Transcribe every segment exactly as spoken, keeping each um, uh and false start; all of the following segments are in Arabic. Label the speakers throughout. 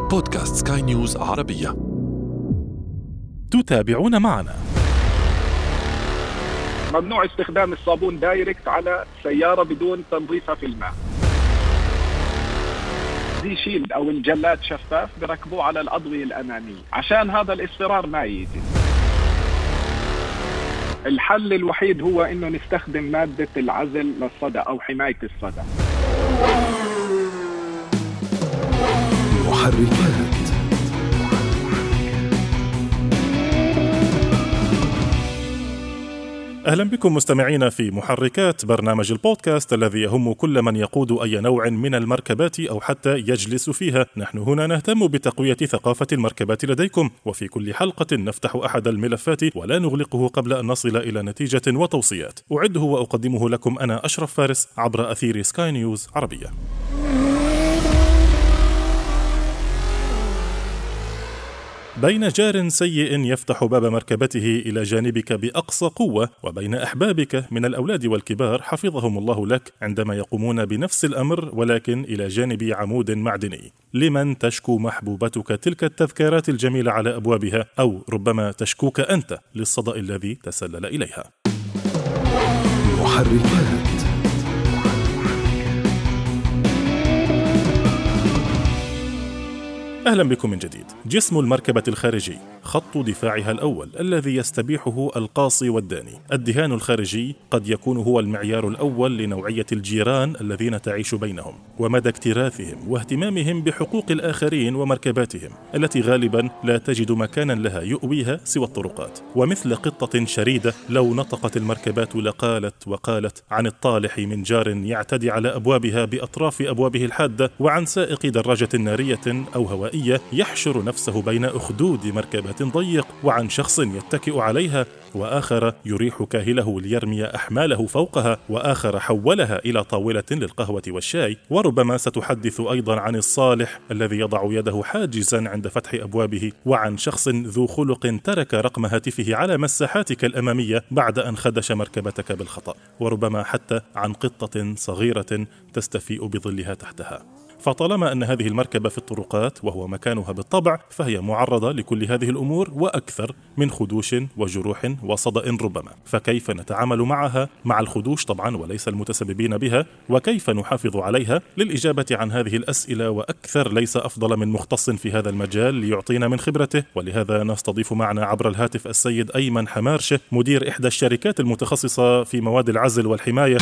Speaker 1: بودكاست سكاي نيوز عربية.
Speaker 2: تتابعون معنا.
Speaker 3: ممنوع استخدام الصابون دايركت على سيارة بدون تنظيفها في الماء. دي شيلد أو الجلاد شفاف بركبوه على الأضوية الأمامية عشان هذا الإصفرار ما يجي. الحل الوحيد هو إنه نستخدم مادة العزل للصدى أو حماية الصدى.
Speaker 1: محركات.
Speaker 2: أهلا بكم مستمعين في محركات، برنامج البودكاست الذي يهم كل من يقود أي نوع من المركبات أو حتى يجلس فيها. نحن هنا نهتم بتقوية ثقافة المركبات لديكم، وفي كل حلقة نفتح أحد الملفات ولا نغلقه قبل أن نصل إلى نتيجة وتوصيات. أعده وأقدمه لكم أنا أشرف فارس عبر أثير سكاي نيوز عربية. بين جار سيء يفتح باب مركبته إلى جانبك بأقصى قوة، وبين أحبابك من الأولاد والكبار حفظهم الله لك عندما يقومون بنفس الأمر ولكن إلى جانب عمود معدني. لمن تشكو محبوبتك تلك التذكارات الجميلة على أبوابها، أو ربما تشكوك أنت للصدأ الذي تسلل إليها.
Speaker 1: محركات.
Speaker 2: أهلا بكم من جديد. جسم المركبة الخارجي خط دفاعها الأول الذي يستبيحه القاصي والداني. الدهان الخارجي قد يكون هو المعيار الأول لنوعية الجيران الذين تعيش بينهم، ومدى اكتراثهم واهتمامهم بحقوق الآخرين ومركباتهم التي غالبا لا تجد مكانا لها يؤويها سوى الطرقات. ومثل قطة شريدة لو نطقت المركبات لقالت وقالت عن الطالح من جار يعتدي على أبوابها بأطراف أبوابه الحادة، وعن سائق دراجة نارية أو هوائية يحشر نفسه بين أخدود مركبة ضيق، وعن شخص يتكئ عليها وآخر يريح كاهله ليرمي أحماله فوقها، وآخر حولها إلى طاولة للقهوة والشاي. وربما ستحدث أيضا عن الصالح الذي يضع يده حاجزا عند فتح أبوابه، وعن شخص ذو خلق ترك رقم هاتفه على مساحاتك الأمامية بعد أن خدش مركبتك بالخطأ. وربما حتى عن قطة صغيرة تستفيء بظلها تحتها. فطالما أن هذه المركبة في الطرقات وهو مكانها بالطبع، فهي معرضة لكل هذه الأمور وأكثر من خدوش وجروح وصدأ ربما. فكيف نتعامل معها، مع الخدوش طبعا وليس المتسببين بها، وكيف نحافظ عليها؟ للإجابة عن هذه الأسئلة وأكثر ليس أفضل من مختص في هذا المجال ليعطينا من خبرته، ولهذا نستضيف معنا عبر الهاتف السيد أيمن حمارشة، مدير إحدى الشركات المتخصصة في مواد العزل والحماية.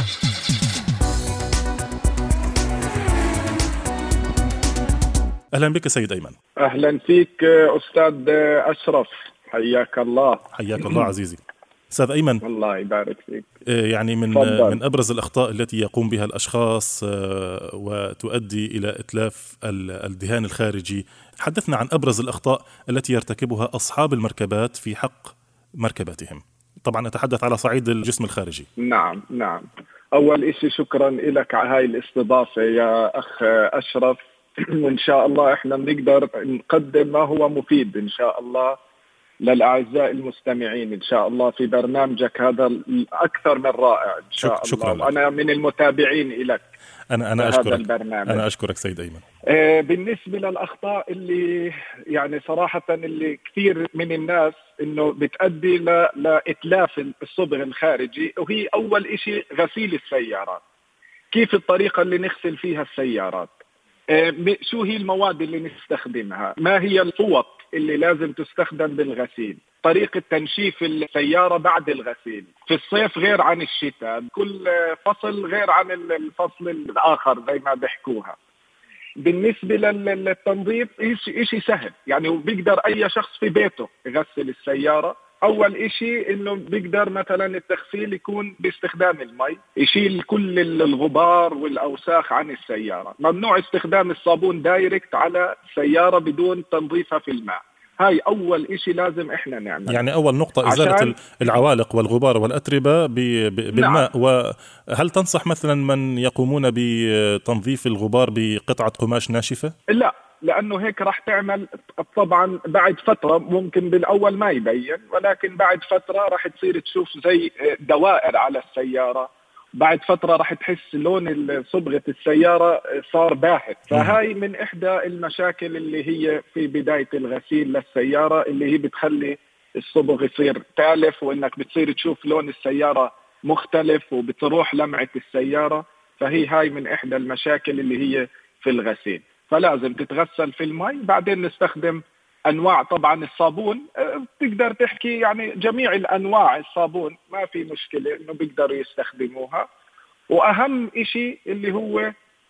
Speaker 2: أهلا بك سيد أيمن.
Speaker 3: أهلا فيك أستاذ أشرف، حياك الله.
Speaker 2: حياك الله عزيزي. أستاذ أيمن،
Speaker 3: الله يبارك فيك.
Speaker 2: يعني من فضل. من أبرز الأخطاء التي يقوم بها الأشخاص وتؤدي إلى إتلاف الدهان الخارجي، حدثنا عن أبرز الأخطاء التي يرتكبها أصحاب المركبات في حق مركباتهم. طبعا أتحدث على صعيد الجسم الخارجي.
Speaker 3: نعم نعم. أول إشي شكرا لك على هاي الاستضافة يا أخ أشرف. وإن شاء الله إحنا بنقدر نقدم ما هو مفيد إن شاء الله للأعزاء المستمعين إن شاء الله في برنامجك هذا أكثر من رائع إن شاء
Speaker 2: شكرا
Speaker 3: الله. وأنا من المتابعين لك.
Speaker 2: أنا أنا أشكرك. أنا أشكرك سيد أيمن.
Speaker 3: آه بالنسبة للأخطاء اللي يعني صراحة اللي كثير من الناس إنه بتؤدي لإتلاف الصبغ الخارجي، وهي أول إشي غسيل السيارات. كيف الطريقة اللي نغسل فيها السيارات؟ شو هي المواد اللي نستخدمها؟ ما هي الفوط اللي لازم تستخدم بالغسيل؟ طريقة تنشيف السيارة بعد الغسيل. في الصيف غير عن الشتاء، كل فصل غير عن الفصل الآخر زي ما بيحكوها. بالنسبة للتنظيف إشي, إشي سهل، يعني بيقدر أي شخص في بيته يغسل السيارة. أول إشي إنه بيقدر مثلا التغسيل يكون باستخدام المي، يشيل كل الغبار والأوساخ عن السيارة. ممنوع استخدام الصابون دايركت على سيارة بدون تنظيفها في الماء. هاي أول إشي لازم إحنا نعمل.
Speaker 2: يعني أول نقطة إزالة العوالق والغبار والأتربة بالماء. نعم. وهل تنصح مثلا من يقومون بتنظيف الغبار بقطعة قماش ناشفة؟
Speaker 3: لا، لأنه هيك راح تعمل طبعا بعد فترة، ممكن بالأول ما يبين، ولكن بعد فترة راح تصير تشوف زي دوائر على السيارة، بعد فترة راح تحس لون صبغة السيارة صار باهت. فهاي من إحدى المشاكل اللي هي في بداية الغسيل للسيارة، اللي هي بتخلي الصبغ يصير تالف، وإنك بتصير تشوف لون السيارة مختلف وبتروح لمعة السيارة. فهي هاي من إحدى المشاكل اللي هي في الغسيل. فلازم تتغسل في الماء، بعدين نستخدم أنواع طبعا الصابون. تقدر تحكي يعني جميع الأنواع الصابون ما في مشكلة إنه بيقدروا يستخدموها. وأهم إشي اللي هو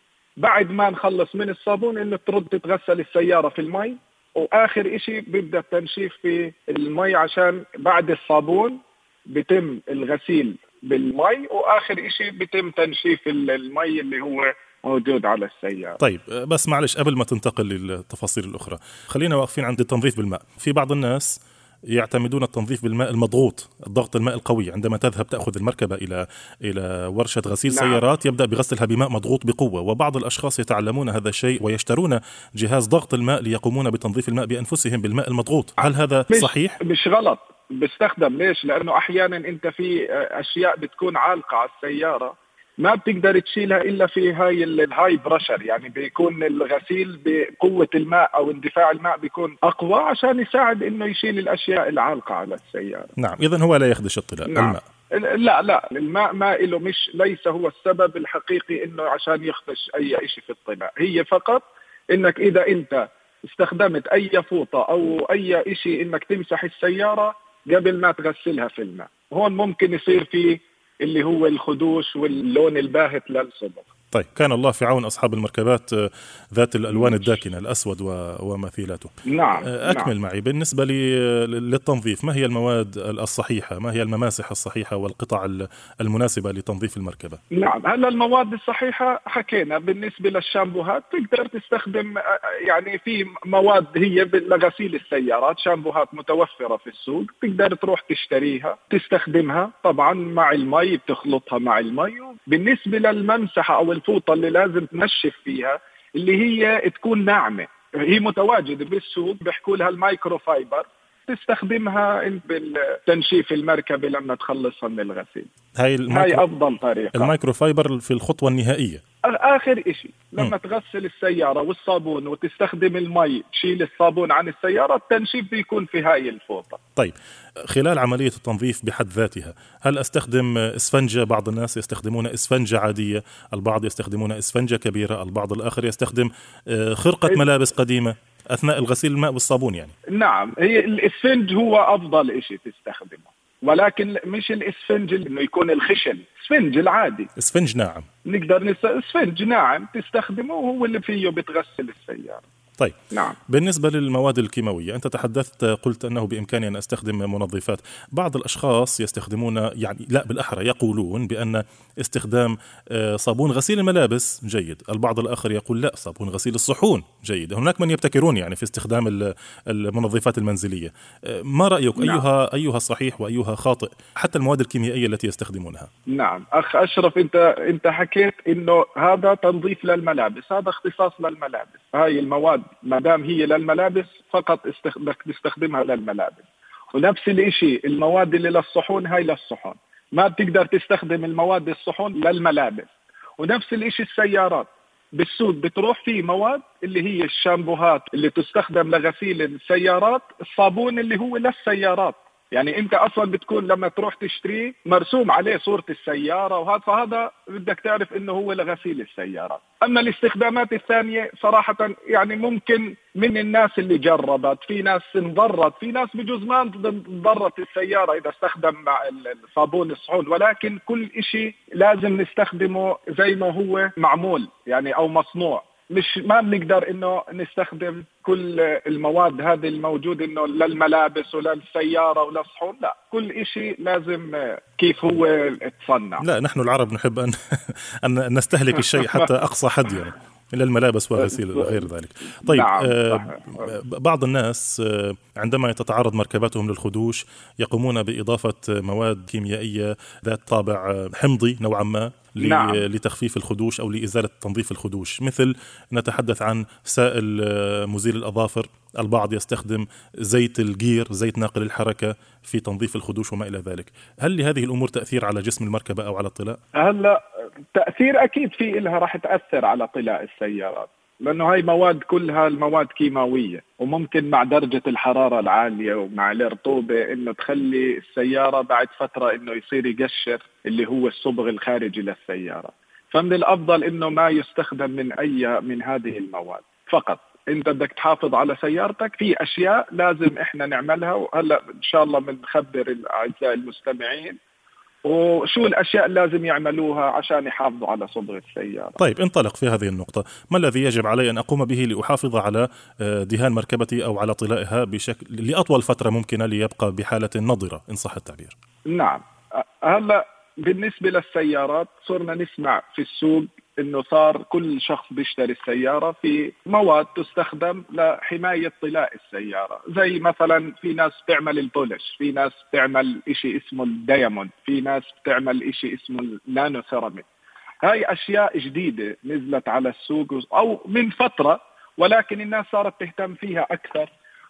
Speaker 3: بعد ما نخلص من الصابون إنه ترد تتغسل السيارة في المي، وآخر إشي بيبدأ التنشيف في المي، عشان بعد الصابون بيتم الغسيل بالمي، وآخر إشي بيتم تنشيف المي اللي هو موجود على السيارة.
Speaker 2: طيب بس معلش قبل ما تنتقل للتفاصيل الأخرى، خلينا واقفين عند التنظيف بالماء. في بعض الناس يعتمدون التنظيف بالماء المضغوط، الضغط الماء القوي. عندما تذهب تأخذ المركبة إلى إلى ورشة غسيل نعم. سيارات، يبدأ بغسلها بماء مضغوط بقوة. وبعض الأشخاص يتعلمون هذا الشيء ويشترون جهاز ضغط الماء ليقومون بتنظيف الماء بأنفسهم بالماء المضغوط. هل هذا
Speaker 3: مش
Speaker 2: صحيح؟
Speaker 3: مش غلط، بستخدم. ليش؟ لأنه أحيانا أنت في أشياء بتكون عالقة على السيارة ما بتقدر تشيلها إلا في هاي الهاي برشر، يعني بيكون الغسيل بقوة الماء أو اندفاع الماء بيكون أقوى عشان يساعد إنه يشيل الأشياء العالقة على السيارة.
Speaker 2: نعم، إذن هو لا يخدش الطلاء.
Speaker 3: نعم.
Speaker 2: الماء
Speaker 3: لا لا الماء ما إله، مش ليس هو السبب الحقيقي إنه عشان يخدش أي شيء في الطلاء. هي فقط إنك إذا أنت استخدمت أي فوطة أو أي شيء إنك تمسح السيارة قبل ما تغسلها في الماء، هون ممكن يصير فيه اللي هو الخدوش واللون الباهت للصبغ.
Speaker 2: طيب، كان الله في عون أصحاب المركبات ذات الألوان الداكنة، الأسود ومثيلاته.
Speaker 3: نعم.
Speaker 2: أكمل
Speaker 3: نعم.
Speaker 2: معي بالنسبة للتنظيف، ما هي المواد الصحيحة، ما هي المماسح الصحيحة والقطع المناسبة لتنظيف المركبة؟
Speaker 3: نعم، هلا المواد الصحيحة حكينا. بالنسبة للشامبوهات تقدر تستخدم، يعني في مواد هي لغسيل السيارات، شامبوهات متوفرة في السوق، تقدر تروح تشتريها تستخدمها طبعا مع المي، بتخلطها مع المي. بالنسبة للممسحة أو الفوطة اللي لازم تنشف فيها، اللي هي تكون ناعمة، هي متواجدة بالسوق، بيحكوا لها المايكرو فايبر، تستخدمها بالتنشيف المركبة لما تخلصها من الغسيل.
Speaker 2: هاي,
Speaker 3: هاي أفضل طريقة.
Speaker 2: المايكرو فايبر في الخطوة النهائية،
Speaker 3: آخر إشي لما م. تغسل السيارة والصابون وتستخدم المي، تشيل الصابون عن السيارة، التنشيف بيكون في هاي الفوطة.
Speaker 2: طيب، خلال عملية التنظيف بحد ذاتها، هل أستخدم إسفنجة؟ بعض الناس يستخدمون إسفنجة عادية، البعض يستخدمون إسفنجة كبيرة، البعض الآخر يستخدم خرقة ملابس قديمة أثناء الغسيل الماء والصابون يعني.
Speaker 3: نعم، هي الإسفنج هو أفضل إشي تستخدمه، ولكن مش الإسفنج إنه يكون الخشن، إسفنج العادي،
Speaker 2: إسفنج ناعم.
Speaker 3: نقدر نس... إسفنج ناعم تستخدمه، وهو اللي فيه بتغسل السيارة.
Speaker 2: طيب.
Speaker 3: نعم.
Speaker 2: بالنسبة للمواد الكيماوية، أنت تحدثت قلت أنه بإمكاني أن أستخدم منظفات. بعض الأشخاص يستخدمون، يعني لا بالأحرى يقولون بأن استخدام صابون غسيل الملابس جيد، البعض الآخر يقول لا، صابون غسيل الصحون جيد. هناك من يبتكرون يعني في استخدام المنظفات المنزلية. ما رأيك؟ نعم. أيها أيها صحيح وأيها خاطئ، حتى المواد الكيميائية التي يستخدمونها؟
Speaker 3: نعم أخ أشرف، أنت أنت حكيت إنه هذا تنظيف للملابس، هذا اختصاص للملابس. هاي المواد ما دام هي للملابس فقط بدك تستخدمها للملابس. ونفس الاشي المواد اللي للصحون هاي للصحون، ما بتقدر تستخدم المواد الصحون للملابس. ونفس الاشي السيارات، بالسوق بتروح فيه مواد اللي هي الشامبوهات اللي تستخدم لغسيل السيارات، الصابون اللي هو للسيارات. يعني انت اصلا بتكون لما تروح تشتري مرسوم عليه صورة السيارة وهذا، فهذا بدك تعرف انه هو لغسيل السيارات. اما الاستخدامات الثانية صراحة يعني ممكن من الناس اللي جربت، في ناس انضرت، في ناس بجوز ما انضرت السيارة اذا استخدم مع الصابون الصحون، ولكن كل اشي لازم نستخدمه زي ما هو معمول يعني او مصنوع. مش ما بنقدر انه نستخدم كل المواد هذه الموجودة انه للملابس وللسيارة وللصحون، لا، كل اشي لازم كيف هو تصنع.
Speaker 2: لا، نحن العرب نحب ان ان نستهلك الشيء حتى اقصى حد يعني، إلى الملابس وغسيل غير ذلك. طيب. نعم. آه بعض الناس آه عندما تتعرض مركباتهم للخدوش يقومون بإضافة مواد كيميائية ذات طابع حمضي نوعا ما
Speaker 3: نعم.
Speaker 2: لتخفيف الخدوش أو لإزالة تنظيف الخدوش، مثل نتحدث عن سائل مزيل الأظافر، البعض يستخدم زيت الجير، زيت ناقل الحركة في تنظيف الخدوش وما إلى ذلك. هل لهذه الأمور تأثير على جسم المركبة أو على الطلاء؟
Speaker 3: هلا تأثير أكيد في إلها راح تأثر على طلاء السيارات، لأنه هاي مواد كلها المواد كيماوية، وممكن مع درجة الحرارة العالية ومع الرطوبة إنه تخلي السيارة بعد فترة إنه يصير يقشر اللي هو الصبغ الخارجي للسيارة. فمن الأفضل إنه ما يستخدم من أي من هذه المواد فقط. انت بدك تحافظ على سيارتك، في اشياء لازم احنا نعملها، وهلا ان شاء الله بنخبر الاعزاء المستمعين وشو الاشياء لازم يعملوها عشان يحافظوا على صبغة السيارة.
Speaker 2: طيب انطلق في هذه النقطة، ما الذي يجب علي ان اقوم به لأحافظ على دهان مركبتي او على طلائها بشكل لاطول فترة ممكنة ليبقى بحالة نضرة ان صح التعبير؟
Speaker 3: نعم. هلا بالنسبة للسيارات صرنا نسمع في السوق انه صار كل شخص بيشتري السيارة في مواد تستخدم لحماية طلاء السيارة، زي مثلا في ناس بتعمل البولش، في ناس بتعمل اشي اسمه الدياموند، في ناس بتعمل اشي اسمه النانو سيراميك. هاي اشياء جديدة نزلت على السوق او من فترة، ولكن الناس صارت تهتم فيها اكثر،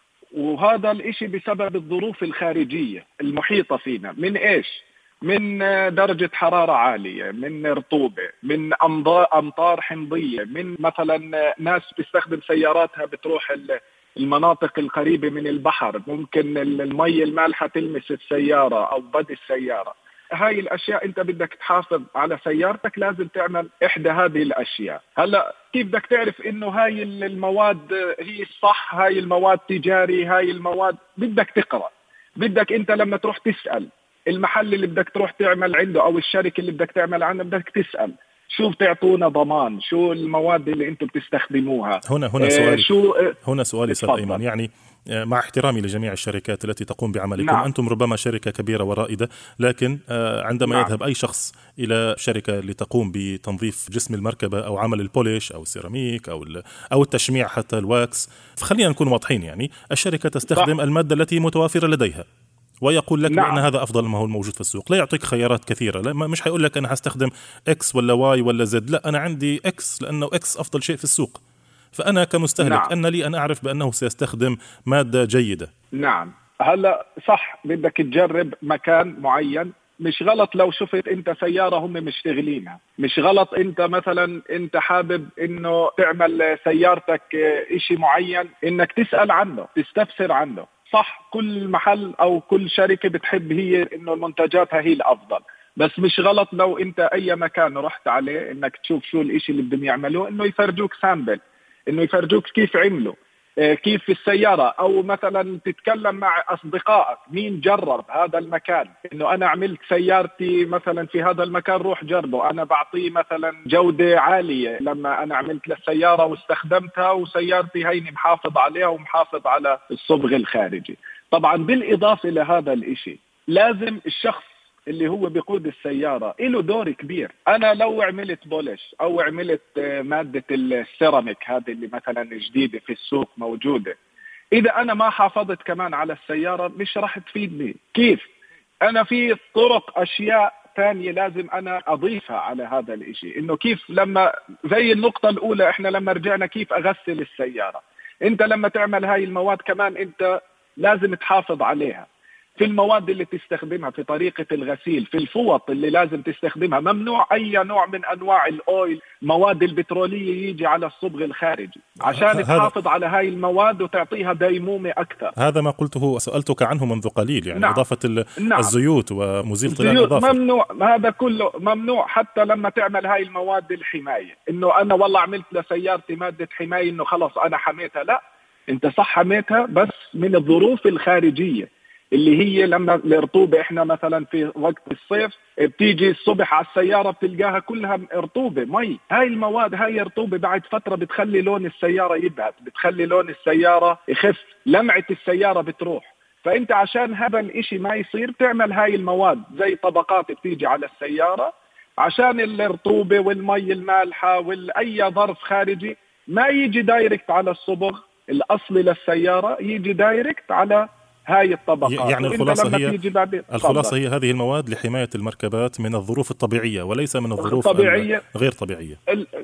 Speaker 3: وهذا الاشي بسبب الظروف الخارجية المحيطة فينا. من ايش؟ من درجة حرارة عالية، من رطوبة، من أمطار حمضية، من مثلا ناس بتستخدم سياراتها بتروح المناطق القريبة من البحر، ممكن المي المالحة تلمس السيارة أو بدء السيارة. هاي الأشياء أنت بدك تحافظ على سيارتك، لازم تعمل إحدى هذه الأشياء. هلأ كيف بدك تعرف إنه هاي المواد هي الصح، هاي المواد تجاري، هاي المواد؟ بدك تقرأ، بدك أنت لما تروح تسأل المحل اللي بدك تروح تعمل عنده أو الشركة اللي بدك تعمل عنها، بدك تسأل شو بتعطونا ضمان، شو المواد اللي انتم بتستخدموها.
Speaker 2: هنا هنا سؤالي
Speaker 3: آه شو آه
Speaker 2: هنا سؤالي أستاذ أيمن، يعني مع احترامي لجميع الشركات التي تقوم بعملكم،
Speaker 3: نعم.
Speaker 2: أنتم ربما شركة كبيرة ورائدة، لكن عندما نعم. يذهب أي شخص إلى شركة لتقوم بتنظيف جسم المركبة أو عمل البوليش أو السيراميك أو أو التشميع حتى الواكس، فخلينا نكون واضحين، يعني الشركة تستخدم صح. المادة التي متوافرة لديها، ويقول لك نعم. بأن هذا أفضل ما هو الموجود في السوق، لا يعطيك خيارات كثيرة، لا مش هيقول لك أنا هستخدم إكس ولا واي ولا زد، لا أنا عندي إكس لأنه إكس أفضل شيء في السوق، فأنا كمستهلك نعم. أن لي أن أعرف بأنه سيستخدم مادة جيدة.
Speaker 3: نعم. هلا صح، بدك تجرب مكان معين، مش غلط لو شفت انت سيارة هم مشتغلينها، مش غلط انت مثلا انت حابب انه تعمل سيارتك اشي معين انك تسأل عنه، تستفسر عنه. صح، كل محل او كل شركة بتحب هي انه منتجاتها هي الافضل، بس مش غلط لو انت اي مكان رحت عليه انك تشوف شو الاشي اللي بدهم يعملوه، انه يفرجوك سامبل، انه يفرجوك كيف عملوا، كيف في السيارة، او مثلا تتكلم مع اصدقائك مين جرب هذا المكان، انه انا عملت سيارتي مثلا في هذا المكان روح جربه، انا بعطيه مثلا جودة عالية لما انا عملت للسيارة واستخدمتها وسيارتي هيني محافظ عليها ومحافظ على الصبغ الخارجي. طبعا بالاضافة لهذا الاشي لازم الشخص اللي هو بيقود السيارة له دور كبير. أنا لو عملت بولش أو عملت مادة السيراميك هذه اللي مثلا جديدة في السوق موجودة، إذا أنا ما حافظت كمان على السيارة مش راح تفيدني. كيف؟ أنا في طرق أشياء ثانية لازم أنا أضيفها على هذا الإشي، إنه كيف لما زي النقطة الأولى إحنا لما رجعنا كيف أغسل السيارة، أنت لما تعمل هاي المواد كمان أنت لازم تحافظ عليها في المواد اللي تستخدمها، في طريقة الغسيل، في الفوط اللي لازم تستخدمها. ممنوع أي نوع من أنواع الأويل، مواد البترولية يجي على الصبغ الخارجي عشان تحافظ على هاي المواد وتعطيها ديمومة أكثر.
Speaker 2: هذا ما قلته سألتك عنه منذ قليل، يعني نعم. إضافة نعم. الزيوت ومزيل طلاء الإضافة
Speaker 3: ممنوع، هذا كله ممنوع. حتى لما تعمل هاي المواد الحماية، إنه أنا والله عملت لسيارتي مادة حماية إنه خلاص أنا حميتها، لا، أنت صح حميتها بس من الظروف الخارجية اللي هي لما الرطوبة، احنا مثلا في وقت الصيف بتيجي الصبح على السيارة بتلقاها كلها رطوبة مي، هاي المواد هاي رطوبة بعد فترة بتخلي لون السيارة يبهت، بتخلي لون السيارة يخف، لمعة السيارة بتروح. فانت عشان هذا الاشي ما يصير تعمل هاي المواد زي طبقات بتيجي على السيارة عشان الرطوبة والمي المالحة والأي ظرف خارجي ما يجي دايركت على الصبغ الأصلي للسيارة، يجي دايركت على هاي الطبقات.
Speaker 2: يعني الخلاصة هي الخلاصة
Speaker 3: طبعا.
Speaker 2: هي هذه المواد لحماية المركبات من الظروف الطبيعية وليس من الظروف
Speaker 3: الطبيعية
Speaker 2: الغير طبيعية.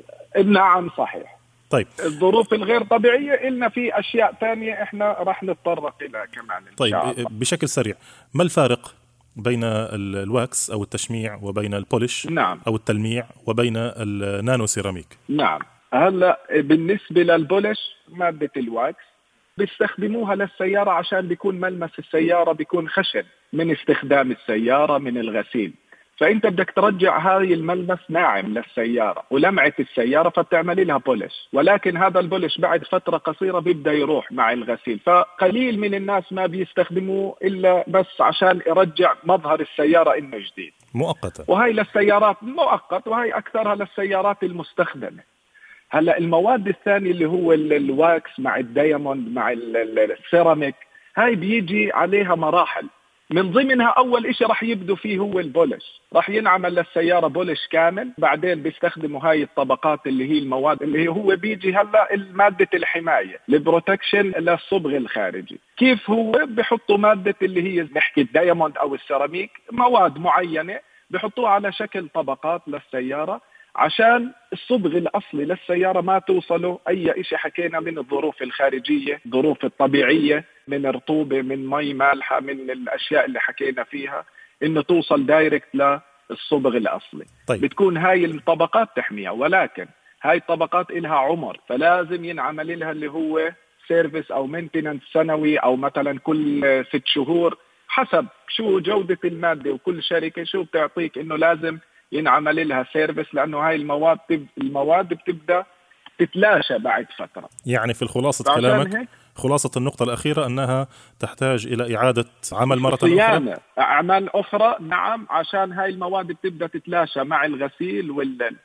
Speaker 3: نعم صحيح.
Speaker 2: طيب
Speaker 3: الظروف الغير طبيعية إلنا في أشياء ثانية إحنا راح نتطرق إلى كمان إن
Speaker 2: طيب
Speaker 3: شاء الله.
Speaker 2: بشكل سريع، ما الفارق بين الواكس أو التشميع وبين البوليش
Speaker 3: نعم.
Speaker 2: أو التلميع وبين النانو سيراميك؟
Speaker 3: نعم هلا بالنسبة للبوليش مادة الواكس بيستخدموها للسيارة عشان بيكون ملمس السيارة بيكون خشن من استخدام السيارة من الغسيل، فأنت بدك ترجع هاي الملمس ناعم للسيارة ولمعة السيارة فبتعملي لها بوليش، ولكن هذا البوليش بعد فترة قصيرة بيبدأ يروح مع الغسيل، فقليل من الناس ما بيستخدموه إلا بس عشان يرجع مظهر السيارة إنه جديد
Speaker 2: مؤقتا،
Speaker 3: وهي للسيارات مؤقت وهي أكثرها للسيارات المستخدمة. هلا المواد الثانية اللي هو الواكس مع الدايموند مع السيراميك هاي بيجي عليها مراحل، من ضمنها أول إشي رح يبدو فيه هو البولش، رح ينعمل للسيارة بولش كامل، بعدين بيستخدموا هاي الطبقات اللي هي المواد اللي هو بيجي هلا المادة الحماية البروتكشن للصبغ الخارجي. كيف هو بيحطوا مادة اللي هي نحكي الدايموند أو السيراميك، مواد معينة بيحطوها على شكل طبقات للسيارة عشان الصبغ الأصلي للسيارة ما توصله أي إشي حكينا من الظروف الخارجية، الظروف الطبيعية من رطوبة من مي مالحة من الأشياء اللي حكينا فيها، إنه توصل دايركت للصبغ الأصلي.
Speaker 2: طيب.
Speaker 3: بتكون هاي الطبقات تحميها، ولكن هاي الطبقات إلها عمر، فلازم ينعمل لها اللي هو سيرفيس أو مينتيننس سنوي أو مثلا كل ست شهور حسب شو جودة المادة، وكل شركة شو بتعطيك إنه لازم ينعمل لها سيرفيس، لأنه هاي المواد تب... المواد بتبدأ تتلاشى بعد فترة.
Speaker 2: يعني في الخلاصة كلامك خلاصة النقطة الأخيرة أنها تحتاج إلى إعادة عمل مرة أخرى،
Speaker 3: أعمال أخرى. نعم عشان هاي المواد بتبدأ تتلاشى مع الغسيل وال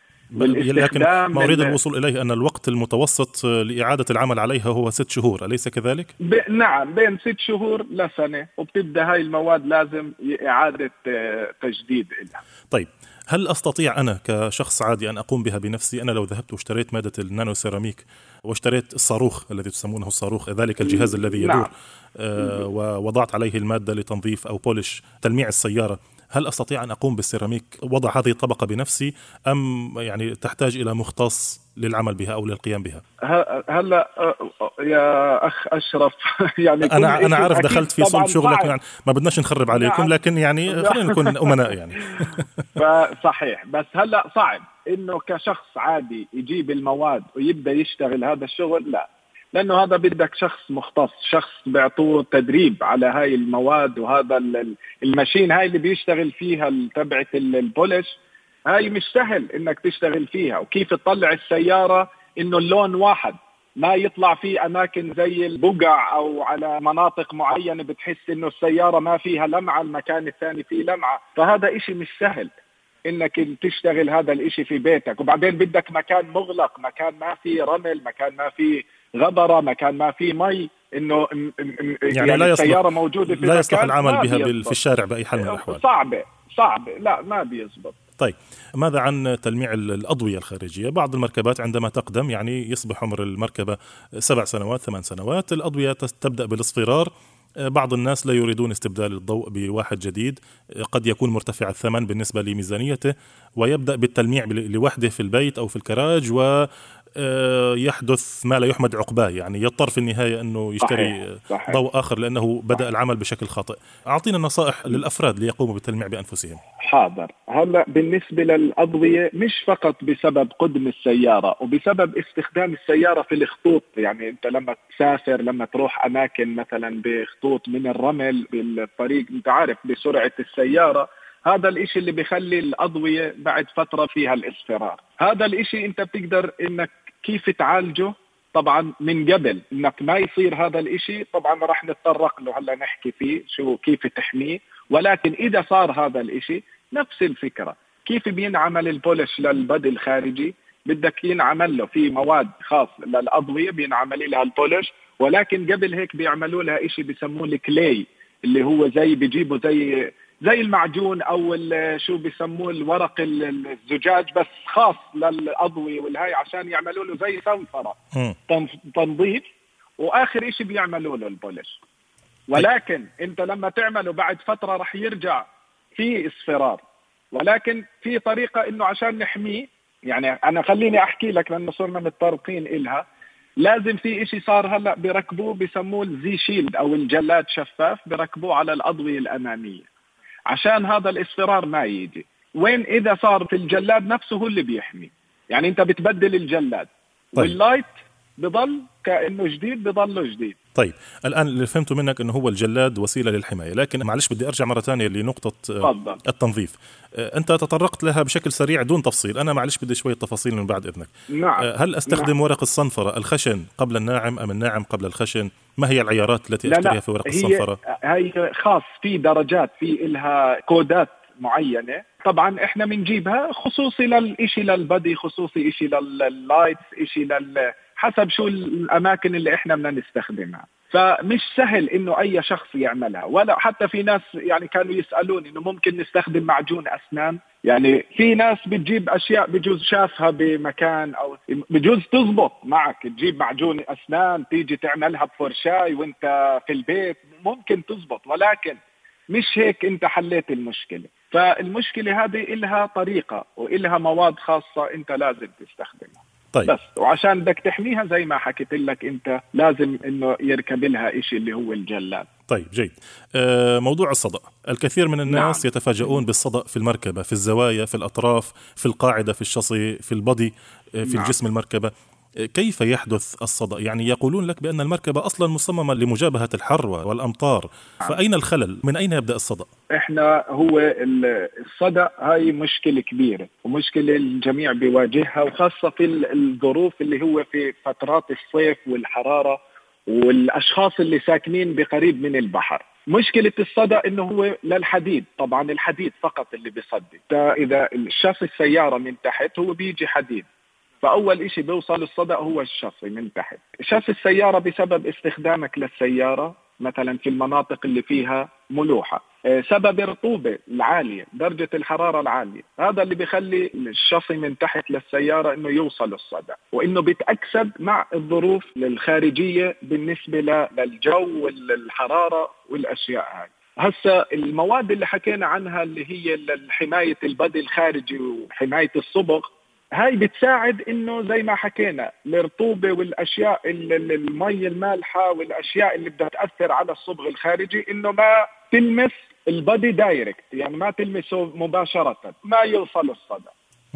Speaker 2: لكن ما أريد الوصول إليه أن الوقت المتوسط لإعادة العمل عليها هو ست شهور، أليس كذلك؟
Speaker 3: ب... نعم بين ست شهور لسنة، وبتبدأ هاي المواد لازم إعادة تجديد لها.
Speaker 2: طيب هل أستطيع أنا كشخص عادي أن أقوم بها بنفسي؟ أنا لو ذهبت واشتريت مادة النانو سيراميك واشتريت الصاروخ الذي تسمونه الصاروخ، ذلك الجهاز الذي يدور، نعم. آه ووضعت عليه المادة لتنظيف أو بولش تلميع السيارة، هل أستطيع أن أقوم بالسيراميك وضع هذه الطبقة بنفسي أم يعني تحتاج إلى مختص للعمل بها أو للقيام بها؟
Speaker 3: هلا يا أخ أشرف يعني
Speaker 2: أنا أنا عارف دخلت في صلب شغلك يعني ما بدناش نخرب عليكم، نعم. لكن يعني خلينا نكون أمناء يعني.
Speaker 3: صحيح، بس هلا صعب إنه كشخص عادي يجيب المواد ويبدأ يشتغل هذا الشغل، لا، لأنه هذا بدك شخص مختص، شخص بيعطوه تدريب على هاي المواد، وهذا الماشين هاي اللي بيشتغل فيها تبعة البولش هاي مش سهل إنك تشتغل فيها، وكيف تطلع السيارة إنه اللون واحد ما يطلع فيه أماكن زي البقع أو على مناطق معينة بتحس إنه السيارة ما فيها لمعة المكان الثاني فيه لمعة، فهذا إشي مش سهل إنك تشتغل هذا الإشي في بيتك. وبعدين بدك مكان مغلق، مكان ما فيه رمل، مكان ما فيه غبرة، مكان ما فيه مي، إنه
Speaker 2: يعني,
Speaker 3: يعني
Speaker 2: لا
Speaker 3: السيارة موجودة في
Speaker 2: لا يصلح العمل بها في الشارع بأي حال من الأحوال،
Speaker 3: صعبة صعبة لا ما بيزبط.
Speaker 2: طيب ماذا عن تلميع الأضوية الخارجية؟ بعض المركبات عندما تقدم يعني يصبح عمر المركبة سبع سنوات ثمان سنوات، الأضوية تبدأ بالاصفرار، بعض الناس لا يريدون استبدال الضوء بواحد جديد قد يكون مرتفع الثمن بالنسبة لميزانيته، ويبدأ بالتلميع لوحده في البيت أو في الكراج، ويحدث ما لا يحمد عقباه، يعني يضطر في النهاية أنه يشتري صحيح. صحيح. ضوء آخر لأنه بدأ صحيح. العمل بشكل خاطئ. أعطينا نصائح للأفراد ليقوموا بالتلميع بأنفسهم.
Speaker 3: حاضر. هلا بالنسبة للأضوية مش فقط بسبب قدم السيارة وبسبب استخدام السيارة في الخطوط، يعني أنت لما تسافر لما تروح أماكن مثلا بخطوط من الرمل بالطريق أنت عارف بسرعة السيارة، هذا الإشي اللي بيخلي الأضوية بعد فترة فيها الإصفرار. هذا الإشي أنت بتقدر إنك كيف تعالجه طبعا من قبل إنك ما يصير هذا الإشي، طبعا راح نتطرق له هلا نحكي فيه شو كيف تحميه، ولكن إذا صار هذا الإشي نفس الفكرة، كيف بينعمل البولش للبدء الخارجي، بدك ينعمل له في مواد خاص للأضوية بينعمل لها البولش، ولكن قبل هيك بيعملوا لها إشي بيسموه الكلي اللي هو زي بيجيبوا زي زي المعجون أو شو بيسموه الورق الزجاج بس خاص للأضوية والهاي عشان يعملوا له زي صنفرة تنظيف، وآخر إشي بيعملوا له البولش. ولكن انت لما تعمله بعد فترة رح يرجع في اصفرار، ولكن في طريقة انه عشان نحميه. يعني انا خليني احكي لك لانه صرنا متطرقين إلها. لازم في اشي صار هلأ بركبوه بسموه الزي شيلد او الجلاد شفاف، بركبوه على الأضوية الأمامية عشان هذا الاصفرار ما يجي. وين اذا صار في الجلاد نفسه هو اللي بيحمي، يعني انت بتبدل الجلاد. طيب. واللايت بضل كأنه جديد، بضله جديد.
Speaker 2: طيب الآن اللي فهمته منك أنه هو الجلاد وسيلة للحماية، لكن معلش بدي أرجع مرة تانية لنقطة فضل. التنظيف. أنت تطرقت لها بشكل سريع دون تفصيل، أنا معلش بدي شوية تفاصيل من بعد إذنك.
Speaker 3: نعم.
Speaker 2: هل أستخدم نعم. ورق الصنفرة الخشن قبل الناعم أم الناعم قبل الخشن؟ ما هي العيارات التي أشتريها في ورق
Speaker 3: هي
Speaker 2: الصنفرة؟
Speaker 3: هي خاص في درجات، في إلها كودات معينة. طبعا احنا بنجيبها خصوصي للإشي للبدي، خصوصي إشي لللايتس، إشي لل حسب شو الأماكن اللي إحنا بدنا نستخدمها. فمش سهل إنه أي شخص يعملها، ولا حتى في ناس يعني كانوا يسألون إنه ممكن نستخدم معجون أسنان. يعني في ناس بتجيب أشياء بجوز شافها بمكان أو بجوز تزبط معك، تجيب معجون أسنان تيجي تعملها بفرشاي وإنت في البيت ممكن تزبط، ولكن مش هيك أنت حليت المشكلة. فالمشكلة هذه إلها طريقة وإلها مواد خاصة أنت لازم تستخدمها.
Speaker 2: طيب.
Speaker 3: بس وعشان بدك تحميها زي ما حكيت لك انت لازم انه يركب لها اشي اللي هو الجلاد.
Speaker 2: طيب جيد. آه موضوع الصدأ، الكثير من الناس نعم. يتفاجؤون بالصدأ في المركبة، في الزوايا، في الأطراف، في القاعدة، في الشاصي، في البودي، آه في نعم. الجسم المركبة. كيف يحدث الصدأ؟ يعني يقولون لك بأن المركبة أصلا مصممة لمجابهة الحر والأمطار، فأين الخلل؟ من أين يبدأ الصدأ؟
Speaker 3: إحنا هو الصدأ هاي مشكلة كبيرة ومشكلة الجميع بيواجهها، وخاصة في الظروف اللي هو في فترات الصيف والحرارة والأشخاص اللي ساكنين بقريب من البحر. مشكلة الصدأ إنه هو للحديد، طبعا الحديد فقط اللي بيصدي. إذا الشاصي السيارة من تحت هو بيجي حديد، فأول إشي بيوصل الصدأ هو الشاصي من تحت. شاصي السيارة بسبب استخدامك للسيارة مثلا في المناطق اللي فيها ملوحة، سبب الرطوبة العالية، درجة الحرارة العالية، هذا اللي بيخلي الشاصي من تحت للسيارة إنه يوصل الصدأ، وإنه بيتأكسد مع الظروف الخارجية بالنسبة للجو والحرارة والأشياء هاي. هسا المواد اللي حكينا عنها اللي هي حماية البدي الخارجي وحماية الصبغ، هاي بتساعد انه زي ما حكينا الرطوبة والاشياء المي المالحة والاشياء اللي بدها تأثر على الصبغ الخارجي انه ما تلمس البادي دايركت، يعني ما تلمسه مباشرة، ما يوصل الصدى.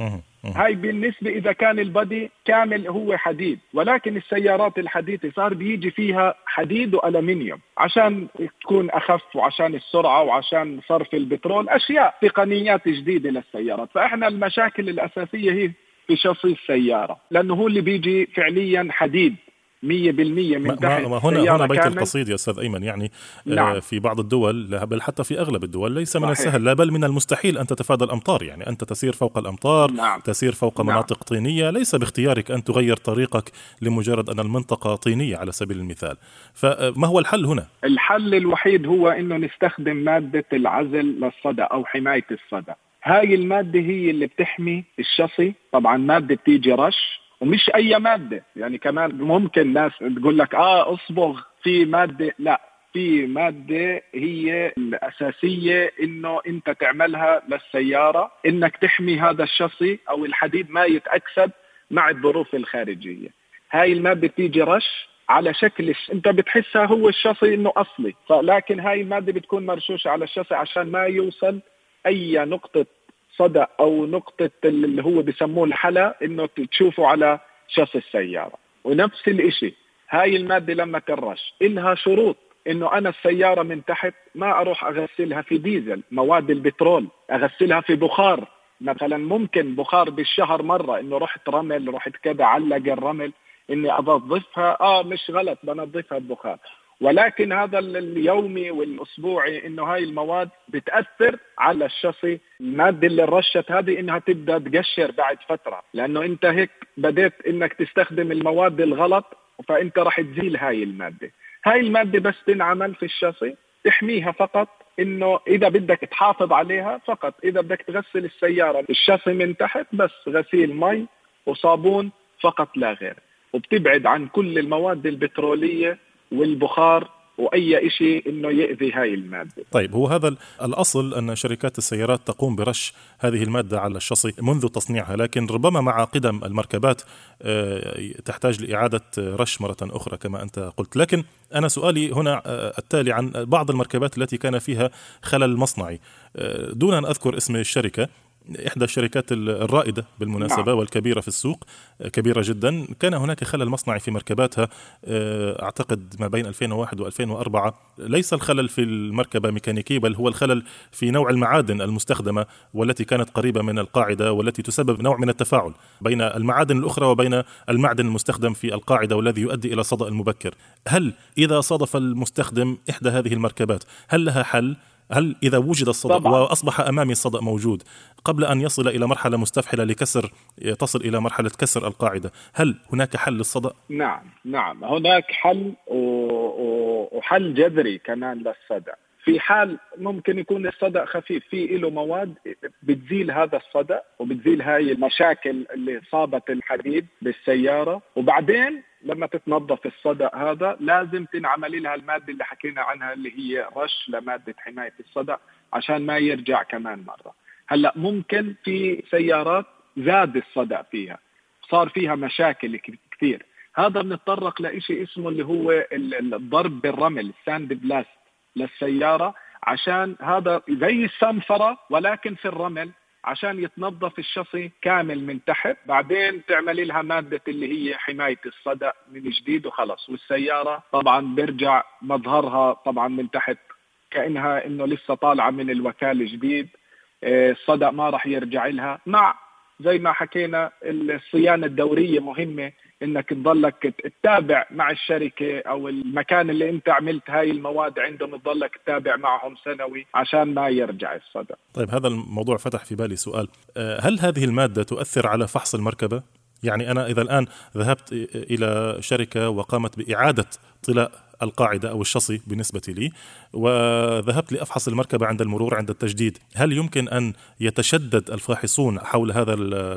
Speaker 3: هاي بالنسبة إذا كان البادي كامل هو حديد، ولكن السيارات الحديثة صار بيجي فيها حديد وألمنيوم عشان تكون أخف وعشان السرعة وعشان صرف البترول، أشياء تقنيات جديدة للسيارات. فإحنا المشاكل الأساسية هي في شاصي السيارة، لأنه هو اللي بيجي فعليا حديد مية بالمية من تحت.
Speaker 2: ما هنا هنا بيت القصيد يا أستاذ أيمن، يعني نعم. في بعض الدول بل حتى في أغلب الدول ليس من السهل لا بل من المستحيل أن تتفادى الأمطار، يعني أنت تسير فوق الأمطار. نعم. تسير فوق نعم. مناطق طينية، ليس باختيارك أن تغير طريقك لمجرد أن المنطقة طينية على سبيل المثال. فما هو الحل هنا؟
Speaker 3: الحل الوحيد هو أنه نستخدم مادة العزل للصدى أو حماية الصدى. هاي المادة هي اللي بتحمي الشاصي. طبعا مادة بتيجي رش ومش أي مادة، يعني كمان ممكن ناس تقول لك آه أصبغ في مادة، لا، في مادة هي الأساسية إنه أنت تعملها للسيارة، إنك تحمي هذا الشاصي أو الحديد ما يتأكسد مع الظروف الخارجية. هاي المادة تيجي رش على شكل أنت بتحسها هو الشاصي إنه أصلي، لكن هاي المادة بتكون مرشوشة على الشاصي عشان ما يوصل أي نقطة صدى أو نقطة اللي هو بيسموه الحلا إنه تشوفه على شاصي السيارة. ونفس الإشي هاي المادة لما ترش إلها شروط، إنه أنا السيارة من تحت ما أروح أغسلها في ديزل مواد البترول، أغسلها في بخار مثلا، ممكن بخار بالشهر مرة، إنه رحت رمل رحت كذا علق الرمل إني أضيفها، آه مش غلط بنضيفها ببخار، ولكن هذا اليومي والأسبوعي إنه هاي المواد بتأثر على الشاصي. المادة اللي رشت هذه إنها تبدأ تقشر بعد فترة، لأنه أنت هيك بدأت إنك تستخدم المواد الغلط، فأنت راح تزيل هاي المادة. هاي المادة بس تنعمل في الشاصي تحميها فقط، إنه إذا بدك تحافظ عليها فقط، إذا بدك تغسل السيارة الشاصي من تحت بس غسيل مي وصابون فقط لا غير، وبتبعد عن كل المواد البترولية والبخار وأي إشي إنه يأذي هاي المادة.
Speaker 2: طيب، هو هذا الأصل أن شركات السيارات تقوم برش هذه المادة على الشاصي منذ تصنيعها، لكن ربما مع قدم المركبات تحتاج لإعادة رش مرة أخرى كما أنت قلت. لكن أنا سؤالي هنا التالي عن بعض المركبات التي كان فيها خلل مصنعي، دون أن أذكر اسم الشركة، إحدى الشركات الرائدة بالمناسبة نعم. والكبيرة في السوق، كبيرة جدا، كان هناك خلل مصنعي في مركباتها أعتقد ما بين ألفين وواحد وألفين وأربعة. ليس الخلل في المركبة ميكانيكي، بل هو الخلل في نوع المعادن المستخدمة والتي كانت قريبة من القاعدة، والتي تسبب نوع من التفاعل بين المعادن الأخرى وبين المعدن المستخدم في القاعدة، والذي يؤدي إلى الصدأ المبكر. هل إذا صادف المستخدم إحدى هذه المركبات هل لها حل؟ هل إذا وجد الصدأ طبعا. وأصبح أمامي الصدأ موجود قبل أن يصل إلى مرحلة مستفحلة لكسر تصل إلى مرحلة كسر القاعدة، هل هناك حل للصدأ؟
Speaker 3: نعم نعم هناك حل، وحل جذري كمان للصدأ. في حال ممكن يكون الصدأ خفيف، في له مواد بتزيل هذا الصدأ وبتزيل هاي المشاكل اللي صابت الحديد بالسيارة، وبعدين لما تتنظف الصدأ هذا لازم تنعمل لها المادة اللي حكينا عنها اللي هي رش لمادة حماية الصدأ عشان ما يرجع كمان مرة. هلأ ممكن في سيارات زاد الصدأ فيها، صار فيها مشاكل كثير، هذا بنتطرق لإشي اسمه اللي هو الضرب بالرمل، الساند بلاست للسيارة، عشان هذا زي السمفرة ولكن في الرمل، عشان يتنظف الشاصي كامل من تحت، بعدين تعمل لها مادة اللي هي حماية الصدأ من جديد وخلص، والسيارة طبعا بيرجع مظهرها طبعا من تحت كأنها إنه لسه طالعة من الوكالة جديد. الصدأ ما راح يرجع لها، مع زي ما حكينا الصيانة الدورية مهمة، إنك تضلك تتابع مع الشركة أو المكان اللي أنت عملت هاي المواد عندهم، تضلك تتابع معهم سنوي عشان ما يرجع الصدأ.
Speaker 2: طيب، هذا الموضوع فتح في بالي سؤال، هل هذه المادة تؤثر على فحص المركبة؟ يعني أنا إذا الآن ذهبت إلى شركة وقامت بإعادة طلاء القاعدة أو الشاصي بالنسبة لي، وذهبت لأفحص المركبة عند المرور عند التجديد، هل يمكن أن يتشدد الفاحصون حول هذا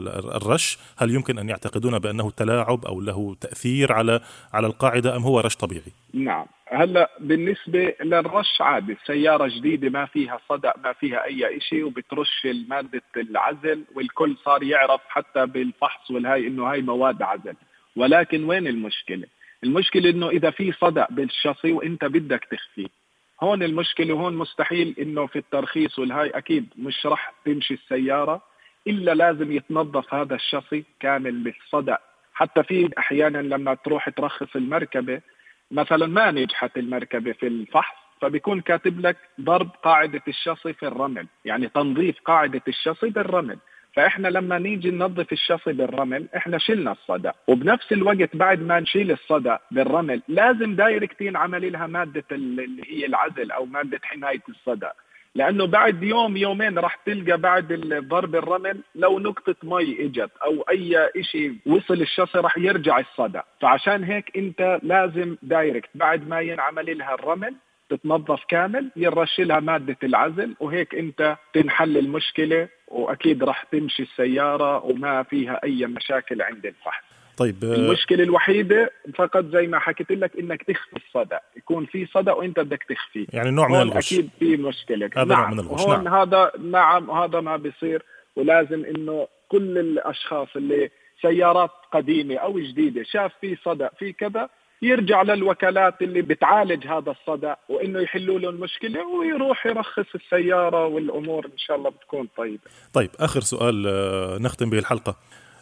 Speaker 2: الرش؟ هل يمكن أن يعتقدون بأنه تلاعب أو له تأثير على على القاعدة، أم هو رش طبيعي؟
Speaker 3: نعم، هلا بالنسبة للرش عادي، السيارة جديدة ما فيها صدأ ما فيها أي إشي، وبترش المادة العزل، والكل صار يعرف حتى بالفحص والهاي إنه هاي مواد عزل. ولكن وين المشكلة؟ المشكلة إنه إذا في صدأ بالشاصي وإنت بدك تخفيه، هون المشكلة، وهون مستحيل إنه في الترخيص والهاي أكيد مش رح تمشي السيارة إلا لازم يتنظف هذا الشاصي كامل بالصدأ. حتى في أحيانا لما تروح ترخص المركبة مثلا ما نجحت المركبة في الفحص، فبيكون كاتب لك ضرب قاعدة الشاصي في الرمل، يعني تنظيف قاعدة الشاصي بالرمل. فإحنا لما نيجي ننظف الشاصي بالرمل إحنا شلنا الصدأ، وبنفس الوقت بعد ما نشيل الصدأ بالرمل لازم دايركتين عمل لها مادة اللي هي العزل أو مادة حماية الصدأ، لأنه بعد يوم يومين راح تلقى بعد ضرب الرمل لو نقطة مي إجت أو أي إشي وصل الشاصي راح يرجع الصدأ. فعشان هيك أنت لازم دايركت بعد ما ينعمل لها الرمل تتنظف كامل، يرش لها مادة العزل، وهيك أنت تنحل المشكلة، وأكيد راح تمشي السيارة وما فيها أي مشاكل عند الفحص.
Speaker 2: طيب،
Speaker 3: المشكلة الوحيدة فقط زي ما حكيت لك إنك تخفي الصدأ، يكون في صدأ وإنت بدك تخفيه،
Speaker 2: يعني نوع من الغش.
Speaker 3: أكيد في مشكلة،
Speaker 2: هذا
Speaker 3: نعم.
Speaker 2: نوع من الغش.
Speaker 3: هون
Speaker 2: نعم.
Speaker 3: هذا نعم هذا ما بيصير، ولازم إنه كل الأشخاص اللي سيارات قديمة أو جديدة شاف في صدأ في كذا يرجع للوكالات اللي بتعالج هذا الصدأ، وإنه يحلوا له المشكلة ويروح يرخص السيارة، والأمور إن شاء الله بتكون طيبة.
Speaker 2: طيب، آخر سؤال نختم به الحلقة.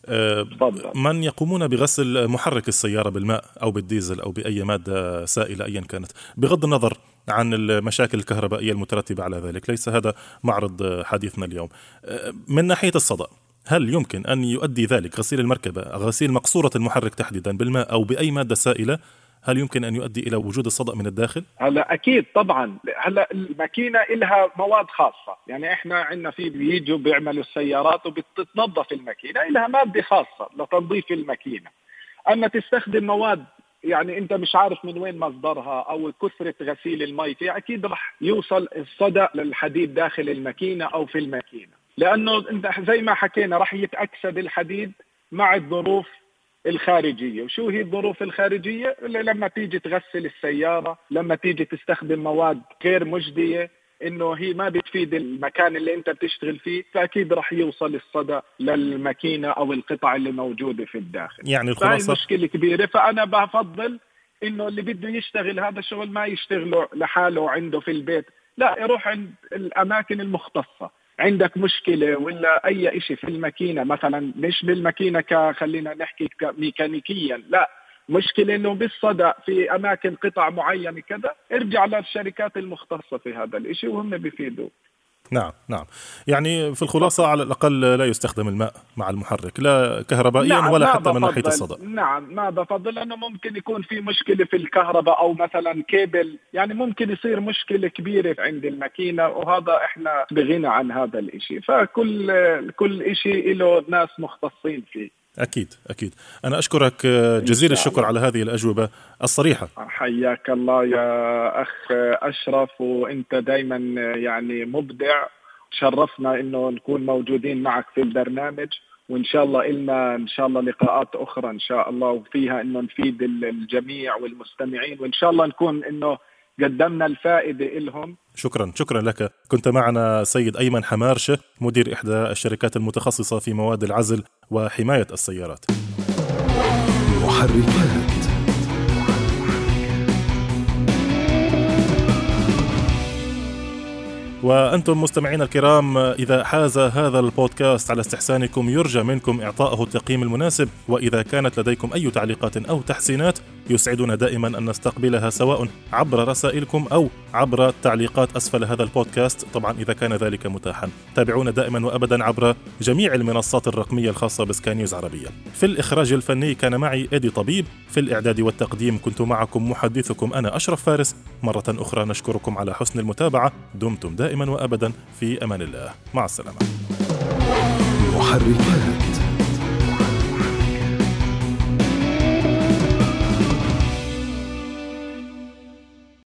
Speaker 3: فضل.
Speaker 2: من يقومون بغسل محرك السيارة بالماء أو بالديزل أو بأي مادة سائلة أيا كانت، بغض النظر عن المشاكل الكهربائية المترتبة على ذلك، ليس هذا معرض حديثنا اليوم، من ناحية الصدأ هل يمكن أن يؤدي ذلك غسيل المركبة، غسيل مقصورة المحرك تحديدا بالماء أو بأي مادة سائلة، هل يمكن أن يؤدي إلى وجود الصدأ من الداخل؟
Speaker 3: هلا أكيد طبعا. هلا الماكينة إلها مواد خاصة، يعني إحنا عندنا في بيجوا بيعملوا السيارات وبتتنظف الماكينة، إلها مادة خاصة لتنظيف الماكينة. أما تستخدم مواد يعني أنت مش عارف من وين مصدرها أو كثرة غسيل المي فيها، أكيد رح يوصل الصدأ للحديد داخل الماكينة أو في الماكينة، لأنه أنت زي ما حكينا رح يتأكسد الحديد مع الظروف الخارجية. وشو هي الظروف الخارجية؟ اللي لما تيجي تغسل السيارة، لما تيجي تستخدم مواد غير مجدية، انه هي ما بتفيد المكان اللي انت بتشتغل فيه، فاكيد رح يوصل الصدى للماكينة او القطع اللي موجودة في الداخل.
Speaker 2: يعني الخلاصة
Speaker 3: مشكلة كبيرة. فانا بفضل انه اللي بده يشتغل هذا الشغل ما يشتغله لحاله عنده في البيت، لا، يروح عند الاماكن المختصة. عندك مشكلة ولا اي اشي في الماكينة مثلا، مش بالماكينة كخلينا نحكي ميكانيكيا، لا، مشكلة انه بالصدى في اماكن قطع معينة كذا، ارجع للشركات المختصة في هذا الاشي وهم بيفيدوا.
Speaker 2: نعم نعم. يعني في الخلاصة على الأقل لا يستخدم الماء مع المحرك، لا كهربائيا
Speaker 3: نعم
Speaker 2: ولا حتى من ناحية الصدى.
Speaker 3: نعم، ما بفضل، لأنه ممكن يكون في مشكلة في الكهرباء أو مثلا كيبل، يعني ممكن يصير مشكلة كبيرة عند الماكينة، وهذا إحنا بغنى عن هذا الإشي. فكل كل إشي له ناس مختصين فيه.
Speaker 2: أكيد أكيد. أنا أشكرك جزيل الشكر على هذه الأجوبة الصريحة.
Speaker 3: حياك الله يا أخ أشرف، وأنت دايما يعني مبدع. شرفنا إنه نكون موجودين معك في البرنامج، وإن شاء الله إلنا إن شاء الله لقاءات أخرى إن شاء الله، وفيها إنه نفيد الجميع والمستمعين، وإن شاء الله نكون إنه قدمنا الفائدة إلهم.
Speaker 2: شكرا شكرا لك. كنت معنا سيد أيمن حمارشة، مدير إحدى الشركات المتخصصة في مواد العزل وحماية السيارات. محركات. وأنتم مستمعين الكرام، إذا حاز هذا البودكاست على استحسانكم يرجى منكم إعطائه التقييم المناسب، وإذا كانت لديكم أي تعليقات أو تحسينات يسعدنا دائما أن نستقبلها، سواء عبر رسائلكم أو عبر التعليقات أسفل هذا البودكاست، طبعا إذا كان ذلك متاحا. تابعونا دائما وأبدا عبر جميع المنصات الرقمية الخاصة بسكاي نيوز عربية. في الإخراج الفني كان معي إيدي طبيب، في الإعداد والتقديم كنت معكم محدثكم أنا أشرف فارس. مرة أخرى نشكركم على حسن المتابعة. دمتم دائما وأبدا في أمان الله. مع السلامة. محركات.